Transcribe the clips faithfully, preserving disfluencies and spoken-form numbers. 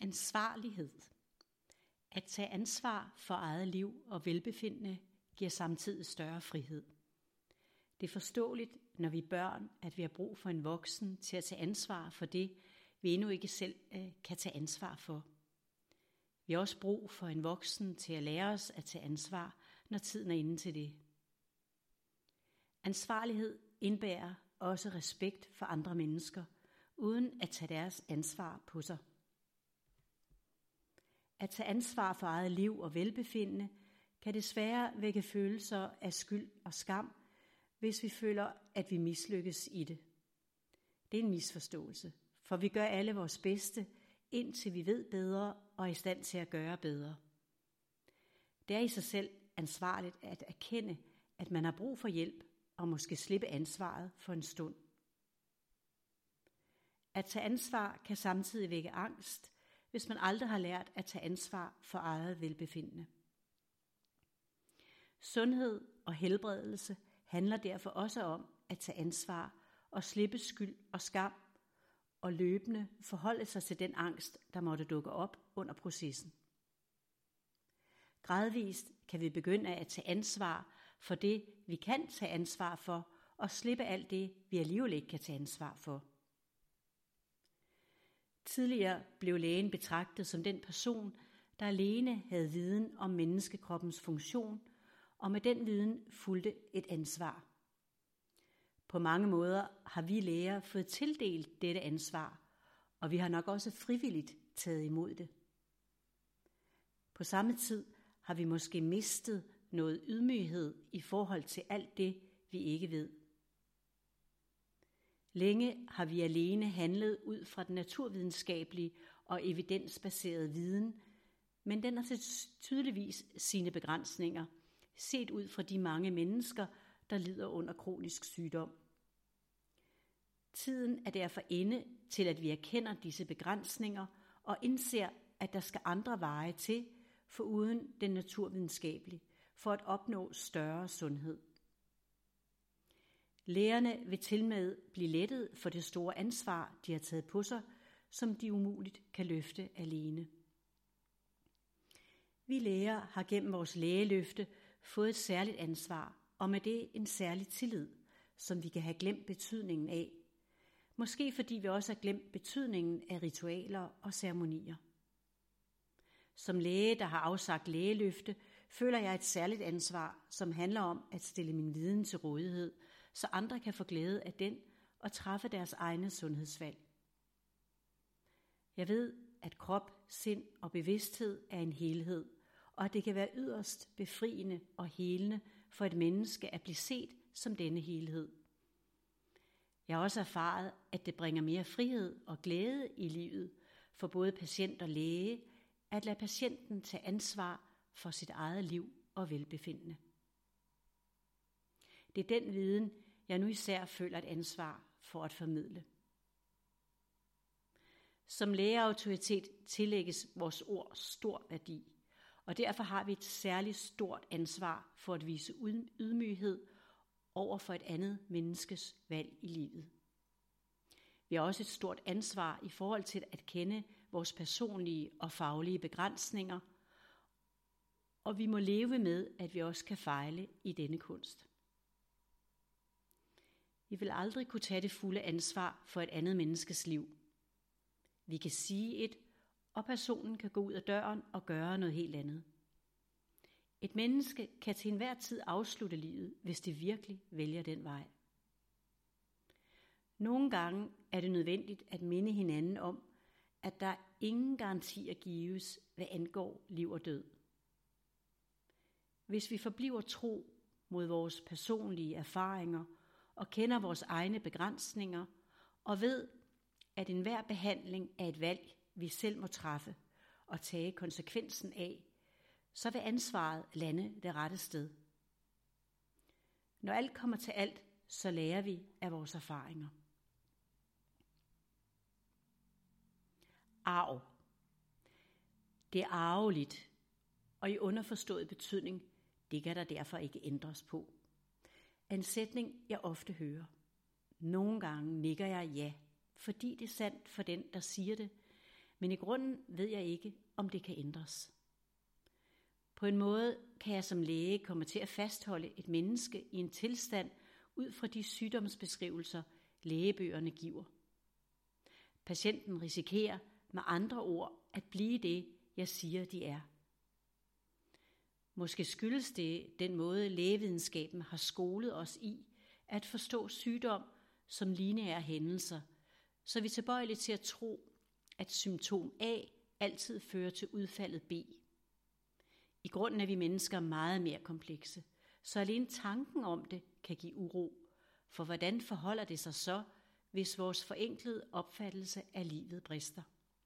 Ansvarlighed. At tage ansvar for eget liv og velbefindende giver samtidig større frihed. Det er forståeligt, når vi er børn, at vi har brug for en voksen til at tage ansvar for det, vi endnu ikke selv øh, kan tage ansvar for. Vi har også brug for en voksen til at lære os at tage ansvar, når tiden er inde til det. Ansvarlighed indebærer også respekt for andre mennesker, uden at tage deres ansvar på sig. At tage ansvar for eget liv og velbefindende kan desværre vække følelser af skyld og skam, hvis vi føler, at vi mislykkes i det. Det er en misforståelse, for vi gør alle vores bedste, indtil vi ved bedre og er i stand til at gøre bedre. Det er i sig selv ansvarligt at erkende, at man har brug for hjælp og måske slippe ansvaret for en stund. At tage ansvar kan samtidig vække angst, hvis man aldrig har lært at tage ansvar for eget velbefindende. Sundhed og helbredelse handler derfor også om at tage ansvar og slippe skyld og skam og løbende forholde sig til den angst, der måtte dukke op under processen. Gradvist kan vi begynde at tage ansvar for det, vi kan tage ansvar for, og slippe alt det, vi alligevel ikke kan tage ansvar for. Tidligere blev lægen betragtet som den person, der alene havde viden om menneskekroppens funktion, og med den viden fulgte et ansvar. På mange måder har vi læger fået tildelt dette ansvar, og vi har nok også frivilligt taget imod det. På samme tid har vi måske mistet noget ydmyghed i forhold til alt det, vi ikke ved. Længe har vi alene handlet ud fra den naturvidenskabelige og evidensbaserede viden, men den har tydeligvis sine begrænsninger, set ud fra de mange mennesker, der lider under kronisk sygdom. Tiden er derfor inde til, at vi erkender disse begrænsninger og indser, at der skal andre veje til, foruden den naturvidenskabelige, for at opnå større sundhed. Lægerne vil tilmed blive lettet for det store ansvar, de har taget på sig, som de umuligt kan løfte alene. Vi læger har gennem vores lægeløfte fået et særligt ansvar, og med det en særlig tillid, som vi kan have glemt betydningen af. Måske fordi vi også har glemt betydningen af ritualer og ceremonier. Som læge, der har afsagt lægeløfte, føler jeg et særligt ansvar, som handler om at stille min viden til rådighed, så andre kan få glæde af den og træffe deres egne sundhedsvalg. Jeg ved, at krop, sind og bevidsthed er en helhed, og at det kan være yderst befriende og helende for et menneske at blive set som denne helhed. Jeg har også erfaret, at det bringer mere frihed og glæde i livet for både patient og læge, at lade patienten tage ansvar for sit eget liv og velbefindende. Det er den viden, jeg nu især føler et ansvar for at formidle. Som lægeautoritet tillægges vores ord stor værdi, og derfor har vi et særligt stort ansvar for at vise ydmyghed over for et andet menneskes valg i livet. Vi har også et stort ansvar i forhold til at kende vores personlige og faglige begrænsninger, og vi må leve med, at vi også kan fejle i denne kunst. Vi vil aldrig kunne tage det fulde ansvar for et andet menneskes liv. Vi kan sige et, og personen kan gå ud af døren og gøre noget helt andet. Et menneske kan til enhver tid afslutte livet, hvis det virkelig vælger den vej. Nogle gange er det nødvendigt at minde hinanden om, at der ingen garantier gives, hvad angår liv og død. Hvis vi forbliver tro mod vores personlige erfaringer og kender vores egne begrænsninger og ved, at enhver behandling er et valg, vi selv må træffe og tage konsekvensen af, så vil ansvaret lande det rette sted. Når alt kommer til alt, så lærer vi af vores erfaringer. Arv. Det er arveligt, og i underforstået betydning, det kan der derfor ikke ændres på. En sætning, jeg ofte hører. Nogle gange nikker jeg ja, fordi det er sandt for den, der siger det, Men i grunden ved jeg ikke, om det kan ændres. På en måde kan jeg som læge komme til at fastholde et menneske i en tilstand ud fra de sygdomsbeskrivelser, lægebøgerne giver. Patienten risikerer med andre ord at blive det, jeg siger, de er. Måske skyldes det den måde, lægevidenskaben har skolet os i at forstå sygdom som lineære hændelser, så vi er tilbøjelige til at tro, at symptom A altid fører til udfaldet B. I grunden er vi mennesker meget mere komplekse, så alene tanken om det kan give uro. For hvordan forholder det sig så, hvis vores forenklede opfattelse af livet brister?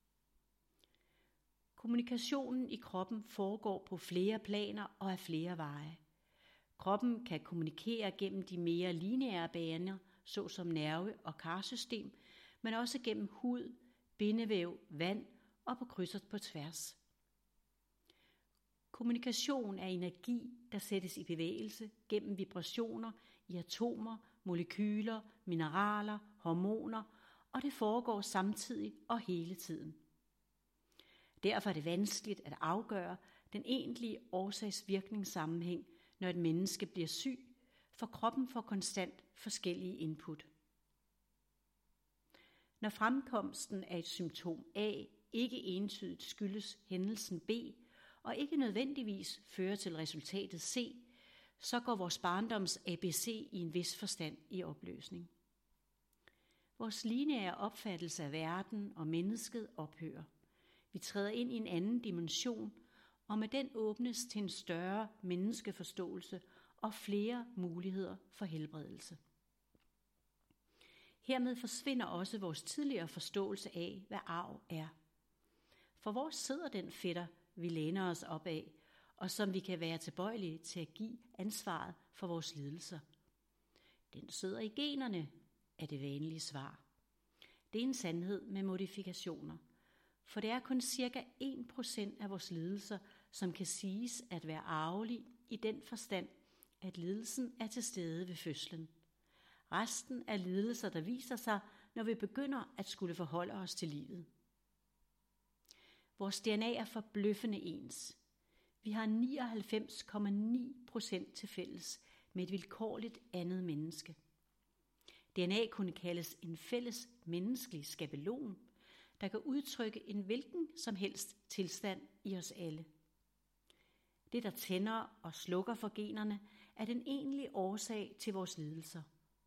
Kommunikationen i kroppen foregår på flere planer og af flere veje. Kroppen kan kommunikere gennem de mere lineære baner, såsom nerve- og karsystem, men også gennem hud, bindevæv, vand og på kryds og på tværs. Kommunikation er energi, der sættes i bevægelse gennem vibrationer i atomer, molekyler, mineraler, hormoner, og det foregår samtidig og hele tiden. Derfor er det vanskeligt at afgøre den egentlige årsags-virkningssammenhæng, når et menneske bliver syg, for kroppen får konstant forskellige input. Når fremkomsten af et symptom A ikke entydigt skyldes hændelsen B, og ikke nødvendigvis fører til resultatet C, så går vores barndoms A B C i en vis forstand i opløsning. Vores lineære opfattelse af verden og mennesket ophører. Vi træder ind i en anden dimension, og med den åbnes til en større menneskeforståelse og flere muligheder for helbredelse. Hermed forsvinder også vores tidligere forståelse af, hvad arv er. For hvor sidder den fætter, vi læner os op af, og som vi kan være tilbøjelige til at give ansvaret for vores lidelser? Den sidder i generne, er det vanlige svar. Det er en sandhed med modifikationer, for det er kun cirka en procent af vores lidelser, som kan siges at være arvelig i den forstand, at lidelsen er til stede ved fødslen. Resten er lidelser, der viser sig, når vi begynder at skulle forholde os til livet. Vores D N A er forbløffende ens. Vi har nioghalvfems komma ni procent til fælles med et vilkårligt andet menneske. D N A kunne kaldes en fælles menneskelig skabelon, der kan udtrykke en hvilken som helst tilstand i os alle. Det, der tænder og slukker for generne, er den egentlige årsag til vores lidelser.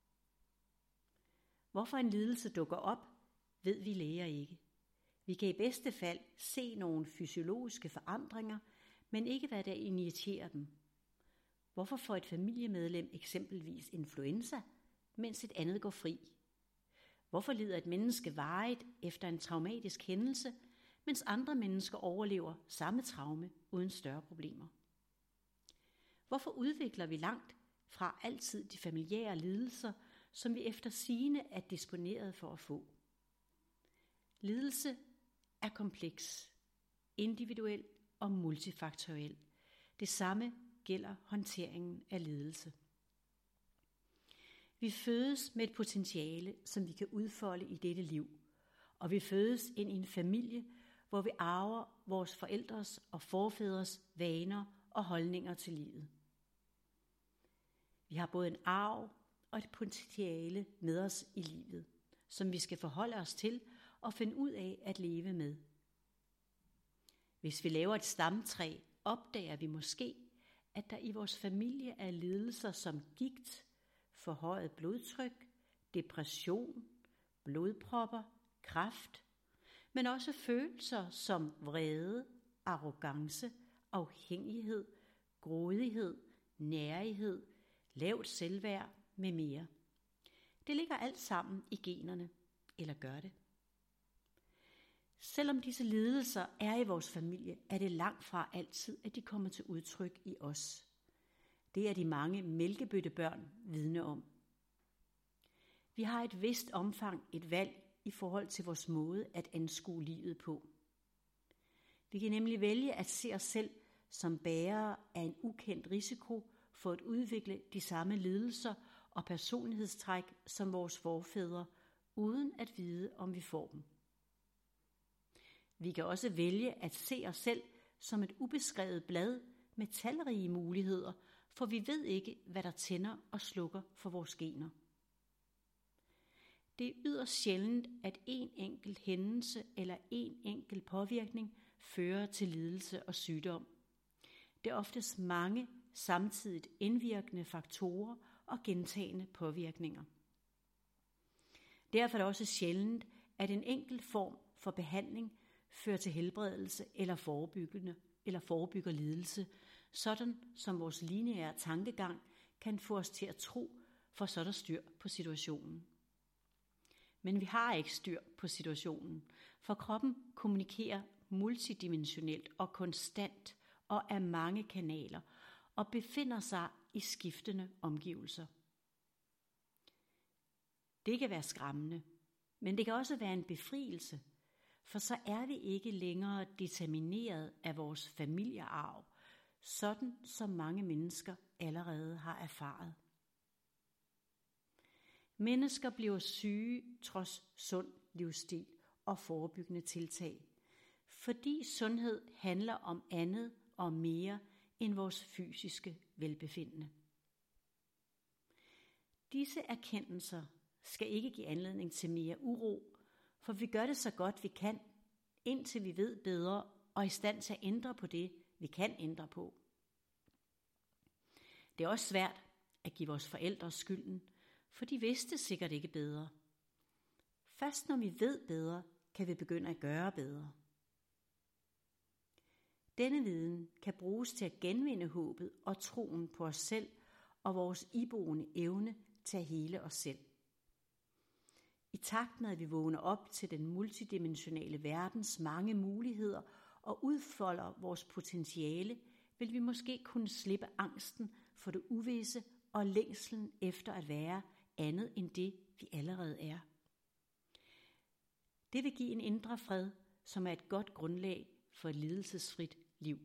Hvorfor en lidelse dukker op, ved vi læger ikke. Vi kan i bedste fald se nogle fysiologiske forandringer, men ikke hvad der initierer dem. Hvorfor får et familiemedlem eksempelvis influenza, mens et andet går fri? Hvorfor lider et menneske varigt efter en traumatisk hændelse, mens andre mennesker overlever samme traume uden større problemer? Hvorfor udvikler vi langt fra altid de familiære lidelser, som vi efter sigende er disponeret for at få? Lidelse er kompleks, individuel og multifaktoriel. Det samme gælder håndteringen af lidelse. Vi fødes med et potentiale, som vi kan udfolde i dette liv, og vi fødes ind i en familie, hvor vi arver vores forældres og forfædres vaner og holdninger til livet. Vi har både en arv og et potentiale med os i livet, som vi skal forholde os til og finde ud af at leve med. Hvis vi laver et stamtræ, opdager vi måske, at der i vores familie er lidelser som gigt, forhøjet blodtryk, depression, blodpropper, kræft, men også følelser som vrede, arrogance, afhængighed, grådighed, nærighed, lavt selvværd med mere. Det ligger alt sammen i generne, eller gør det? Selvom disse lidelser er i vores familie, er det langt fra altid, at de kommer til udtryk i os. Det er de mange mælkebøttebørn vidne om. Vi har et vist omfang et valg i forhold til vores måde at anskue livet på. Vi kan nemlig vælge at se os selv som bærere af en ukendt risiko for at udvikle de samme lidelser og personlighedstræk som vores forfædre, uden at vide, om vi får dem. Vi kan også vælge at se os selv som et ubeskrevet blad med talrige muligheder, for vi ved ikke, hvad der tænder og slukker for vores gener. Det er yderst sjældent, at en enkelt hændelse eller en enkelt påvirkning fører til lidelse og sygdom. Det er oftest mange samtidigt indvirkende faktorer og gentagende påvirkninger. Derfor er det også sjældent, at en enkelt form for behandling fører til helbredelse eller forebyggende eller forebygger lidelse, sådan som vores lineære tankegang kan få os til at tro, for så er der styr på situationen. Men vi har ikke styr på situationen, for kroppen kommunikerer multidimensionelt og konstant og af mange kanaler og befinder sig i skiftende omgivelser. Det kan være skræmmende, men det kan også være en befrielse, for så er vi ikke længere determineret af vores familiearv, sådan som mange mennesker allerede har erfaret. Mennesker bliver syge trods sund livsstil og forebyggende tiltag, fordi sundhed handler om andet og mere end vores fysiske velbefindende. Disse erkendelser skal ikke give anledning til mere uro, for vi gør det så godt vi kan, indtil vi ved bedre og er i stand til at ændre på det, vi kan ændre på. Det er også svært at give vores forældre skylden, for de vidste sikkert ikke bedre. Først når vi ved bedre, kan vi begynde at gøre bedre. Denne viden kan bruges til at genvinde håbet og troen på os selv og vores iboende evne til at hele os selv. I takt med at vi vågner op til den multidimensionale verdens mange muligheder og udfolder vores potentiale, vil vi måske kunne slippe angsten for det uvisse og længslen efter at være andet end det, vi allerede er. Det vil give en indre fred, som er et godt grundlag for et lidelsesfrit liv.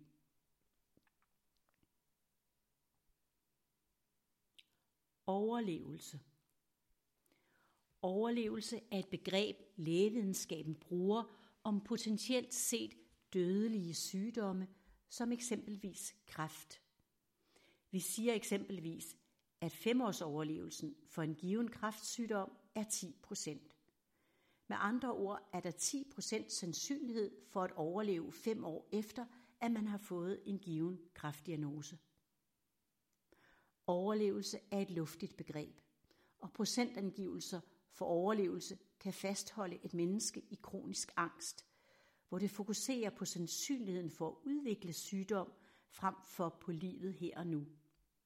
Overlevelse. Overlevelse er et begreb, lægevidenskaben bruger om potentielt set dødelige sygdomme, som eksempelvis kræft. Vi siger eksempelvis, at femårsoverlevelsen for en given kræftsygdom er ti procent. Med andre ord er der ti procent sandsynlighed for at overleve fem år efter, at man har fået en given kræftdiagnose. Overlevelse er et luftigt begreb, og procentangivelser for overlevelse kan fastholde et menneske i kronisk angst, hvor det fokuserer på sandsynligheden for at udvikle sygdom frem for på livet her og nu.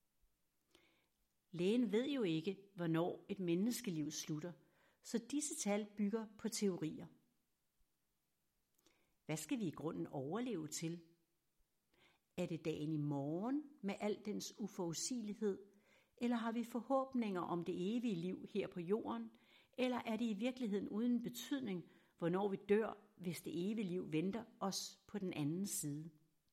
Lægen ved jo ikke, hvornår et menneskeliv slutter, så disse tal bygger på teorier. Hvad skal vi i grunden overleve til? Er det dagen i morgen med al dens uforudsigelighed, eller har vi forhåbninger om det evige liv her på jorden, eller er det i virkeligheden uden betydning, hvornår vi dør, hvis det evige liv venter os på den anden side?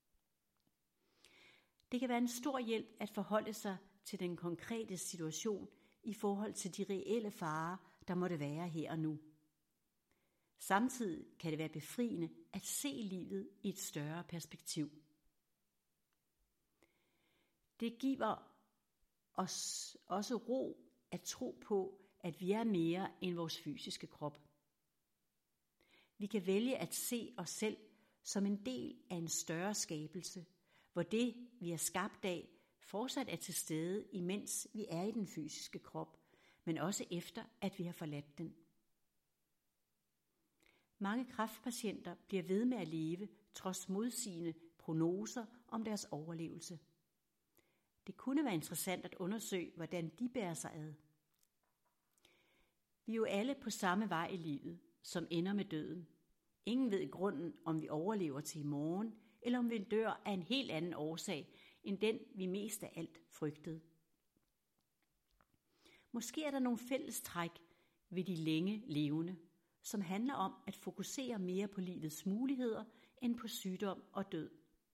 Det kan være en stor hjælp at forholde sig til den konkrete situation i forhold til de reelle farer, der måtte være her og nu. Samtidig kan det være befriende at se livet i et større perspektiv. Det giver os også ro at tro på, at vi er mere end vores fysiske krop. Vi kan vælge at se os selv som en del af en større skabelse, hvor det, vi er skabt af, fortsat er til stede, imens vi er i den fysiske krop, men også efter, at vi har forladt den. Mange kræftpatienter bliver ved med at leve, trods modsigende prognoser om deres overlevelse. Det kunne være interessant at undersøge, hvordan de bærer sig ad. Vi er jo alle på samme vej i livet, som ender med døden. Ingen ved i grunden, om vi overlever til i morgen, eller om vi dør af en helt anden årsag, end den vi mest af alt frygtede. Måske er der nogle fælles træk ved de længe levende, som handler om at fokusere mere på livets muligheder end på sygdom og død.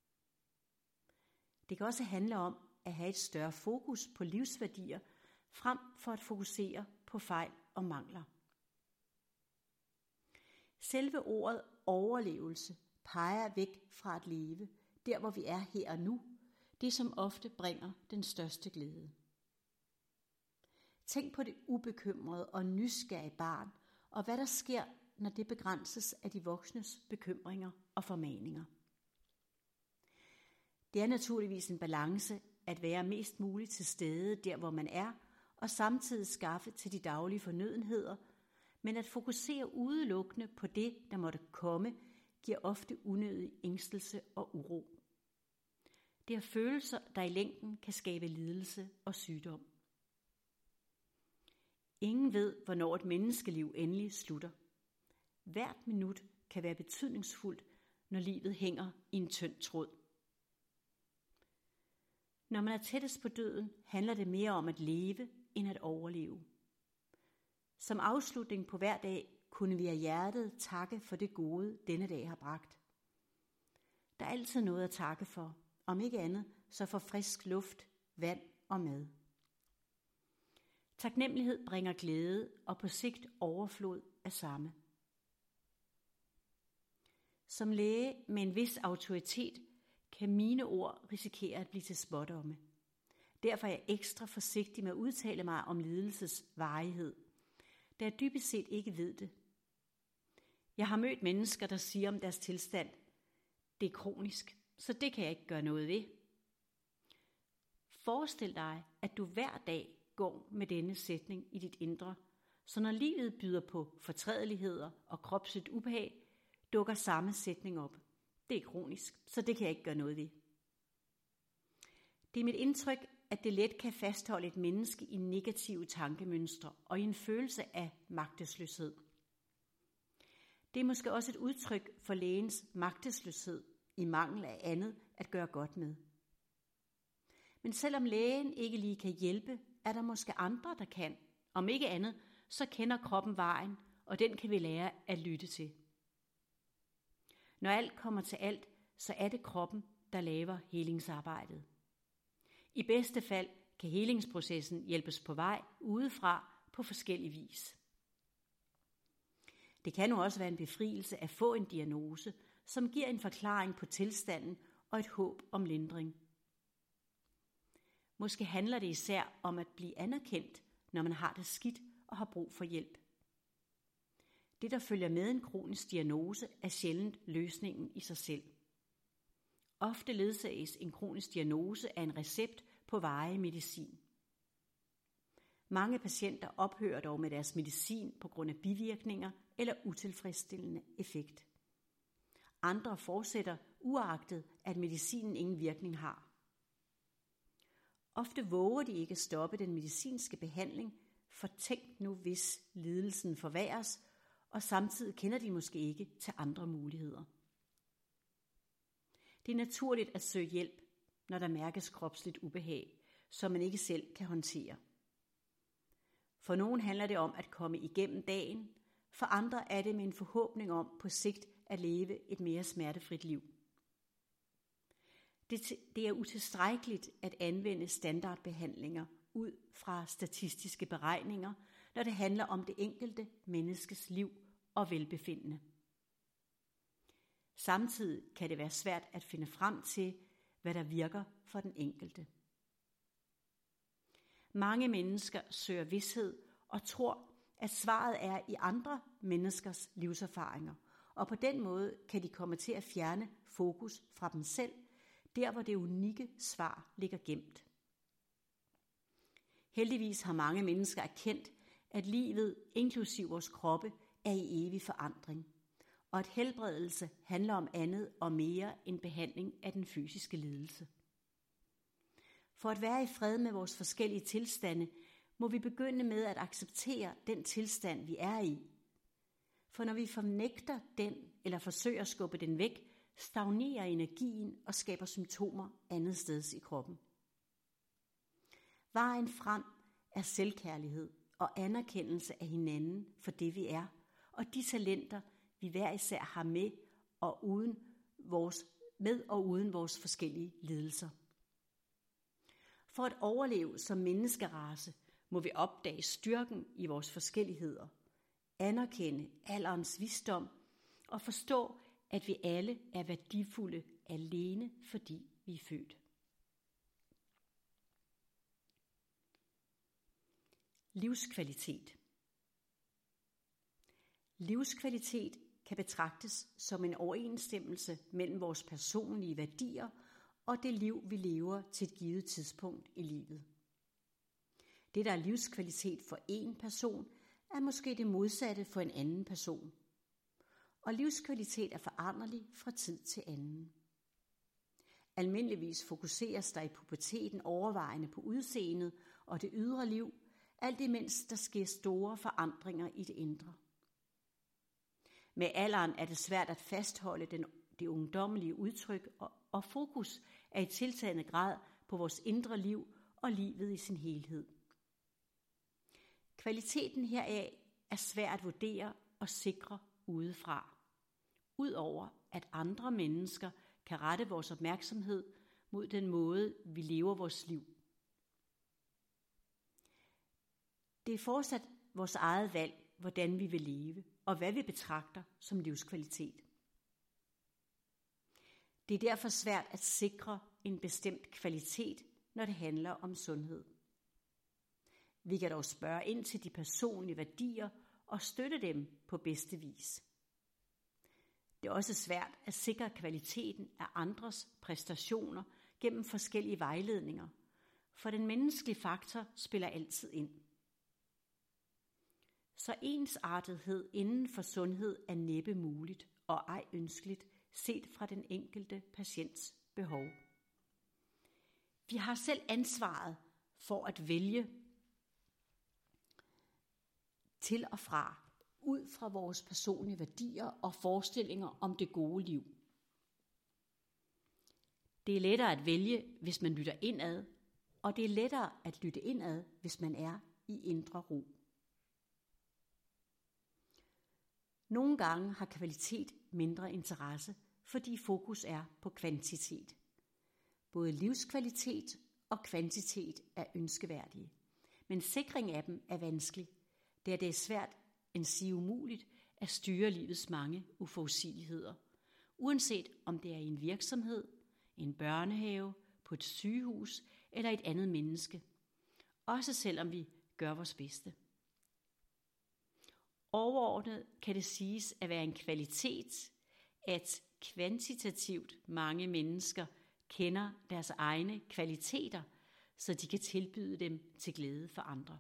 Det kan også handle om at have et større fokus på livsværdier, frem for at fokusere på fejl og mangler. Selve ordet overlevelse peger væk fra at leve, der hvor vi er her og nu, det som ofte bringer den største glæde. Tænk på det ubekymrede og nysgerrige barn, og hvad der sker, når det begrænses af de voksnes bekymringer og formaninger. Det er naturligvis en balance at være mest muligt til stede der, hvor man er, og samtidig skaffe til de daglige fornødenheder, men at fokusere udelukkende på det, der måtte komme, giver ofte unødig ængstelse og uro. Det er følelser, der i længden kan skabe lidelse og sygdom. Ingen ved, hvornår et menneskeliv endelig slutter. Hvert minut kan være betydningsfuldt, når livet hænger i en tynd tråd. Når man er tættest på døden, handler det mere om at leve, end at overleve. Som afslutning på hver dag kunne vi af hjertet takke for det gode, denne dag har bragt. Der er altid noget at takke for, om ikke andet, så for frisk luft, vand og mad. Taknemmelighed bringer glæde og på sigt overflod af samme. Som læge med en vis autoritet kan mine ord risikere at blive til spådomme. Derfor er jeg ekstra forsigtig med at udtale mig om lidelses varighed, da jeg dybest set ikke ved det. Jeg har mødt mennesker, der siger om deres tilstand, det er kronisk, så det kan jeg ikke gøre noget ved. Forestil dig, at du hver dag går med denne sætning i dit indre, så når livet byder på fortrædeligheder og kropsligt ubehag, dukker samme sætning op. Det er kronisk, så det kan jeg ikke gøre noget ved. Det er mit indtryk, at det let kan fastholde et menneske i negative tankemønstre og i en følelse af magtesløshed. Det er måske også et udtryk for lægens magtesløshed i mangel af andet at gøre godt med. Men selvom lægen ikke lige kan hjælpe, er der måske andre, der kan. Om ikke andet, så kender kroppen vejen, og den kan vi lære at lytte til. Når alt kommer til alt, så er det kroppen, der laver helingsarbejdet. I bedste fald kan helingsprocessen hjælpes på vej udefra på forskellig vis. Det kan nu også være en befrielse at få en diagnose, som giver en forklaring på tilstanden og et håb om lindring. Måske handler det især om at blive anerkendt, når man har det skidt og har brug for hjælp. Det, der følger med en kronisk diagnose, er sjældent løsningen i sig selv. Ofte ledsages en kronisk diagnose af en recept på varig medicin. Mange patienter ophører dog med deres medicin på grund af bivirkninger eller utilfredsstillende effekt. Andre fortsætter uagtet, at medicinen ingen virkning har. Ofte våger de ikke at stoppe den medicinske behandling, for tænk nu, hvis lidelsen forværres, og samtidig kender de måske ikke til andre muligheder. Det er naturligt at søge hjælp, når der mærkes kropsligt ubehag, som man ikke selv kan håndtere. For nogen handler det om at komme igennem dagen, for andre er det med en forhåbning om på sigt at leve et mere smertefrit liv. Det, det er utilstrækkeligt at anvende standardbehandlinger ud fra statistiske beregninger, når det handler om det enkelte menneskes liv og velbefindende. Samtidig kan det være svært at finde frem til, hvad der virker for den enkelte. Mange mennesker søger vished og tror, at svaret er i andre menneskers livserfaringer, og på den måde kan de komme til at fjerne fokus fra dem selv, der hvor det unikke svar ligger gemt. Heldigvis har mange mennesker erkendt, at livet, inklusiv vores kroppe, er i evig forandring, og at helbredelse handler om andet og mere end behandling af den fysiske lidelse. For at være i fred med vores forskellige tilstande, må vi begynde med at acceptere den tilstand, vi er i. For når vi fornægter den eller forsøger at skubbe den væk, stagnerer energien og skaber symptomer andet steds i kroppen. Vejen frem er selvkærlighed og anerkendelse af hinanden for det vi er, og de talenter, vi hver især har med og uden vores, med og uden vores forskellige lidelser. For at overleve som menneskerace, må vi opdage styrken i vores forskelligheder, anerkende alderens visdom og forstå, at vi alle er værdifulde alene, fordi vi er født. Livskvalitet. Livskvalitet kan betragtes som en overensstemmelse mellem vores personlige værdier og det liv, vi lever til et givet tidspunkt i livet. Det, der er livskvalitet for en person, er måske det modsatte for en anden person. Og livskvalitet er foranderlig fra tid til anden. Almindeligvis fokuseres der i puberteten overvejende på udseendet og det ydre liv, alt imens der sker store forandringer i det indre. Med alderen er det svært at fastholde den, det ungdommelige udtryk, og, og fokus er i tiltagende grad på vores indre liv og livet i sin helhed. Kvaliteten heraf er svært at vurdere og sikre udefra, udover at andre mennesker kan rette vores opmærksomhed mod den måde, vi lever vores liv. Det er fortsat vores eget valg, hvordan vi vil leve, og hvad vi betragter som livskvalitet. Det er derfor svært at sikre en bestemt kvalitet, når det handler om sundhed. Vi kan dog spørge ind til de personlige værdier og støtte dem på bedste vis. Det er også svært at sikre kvaliteten af andres præstationer gennem forskellige vejledninger, for den menneskelige faktor spiller altid ind. Så ensartethed inden for sundhed er næppe muligt og ej ønskeligt set fra den enkelte patients behov. Vi har selv ansvaret for at vælge til og fra, ud fra vores personlige værdier og forestillinger om det gode liv. Det er lettere at vælge, hvis man lytter indad, og det er lettere at lytte indad, hvis man er i indre ro. Nogle gange har kvalitet mindre interesse, fordi fokus er på kvantitet. Både livskvalitet og kvantitet er ønskeværdige, men sikring af dem er vanskelig, da det er svært, end sige umuligt, at styre livets mange uforudsigeligheder, uanset om det er i en virksomhed, en børnehave, på et sygehus eller et andet menneske, også selvom vi gør vores bedste. Overordnet kan det siges at være en kvalitet, at kvantitativt mange mennesker kender deres egne kvaliteter, så de kan tilbyde dem til glæde for andre.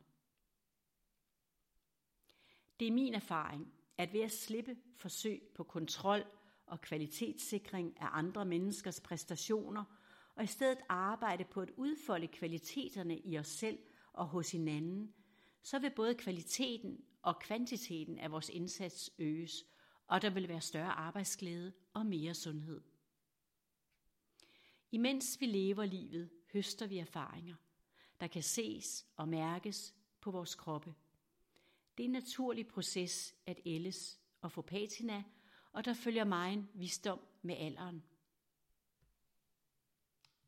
Det er min erfaring, at ved at slippe forsøg på kontrol og kvalitetssikring af andre menneskers præstationer, og i stedet arbejde på at udfolde kvaliteterne i os selv og hos hinanden, så vil både kvaliteten og kvantiteten af vores indsats øges, og der vil være større arbejdsglæde og mere sundhed. Imens vi lever livet, høster vi erfaringer, der kan ses og mærkes på vores kroppe. Det er en naturlig proces at ældes og få patina, og der følger megen visdom med alderen.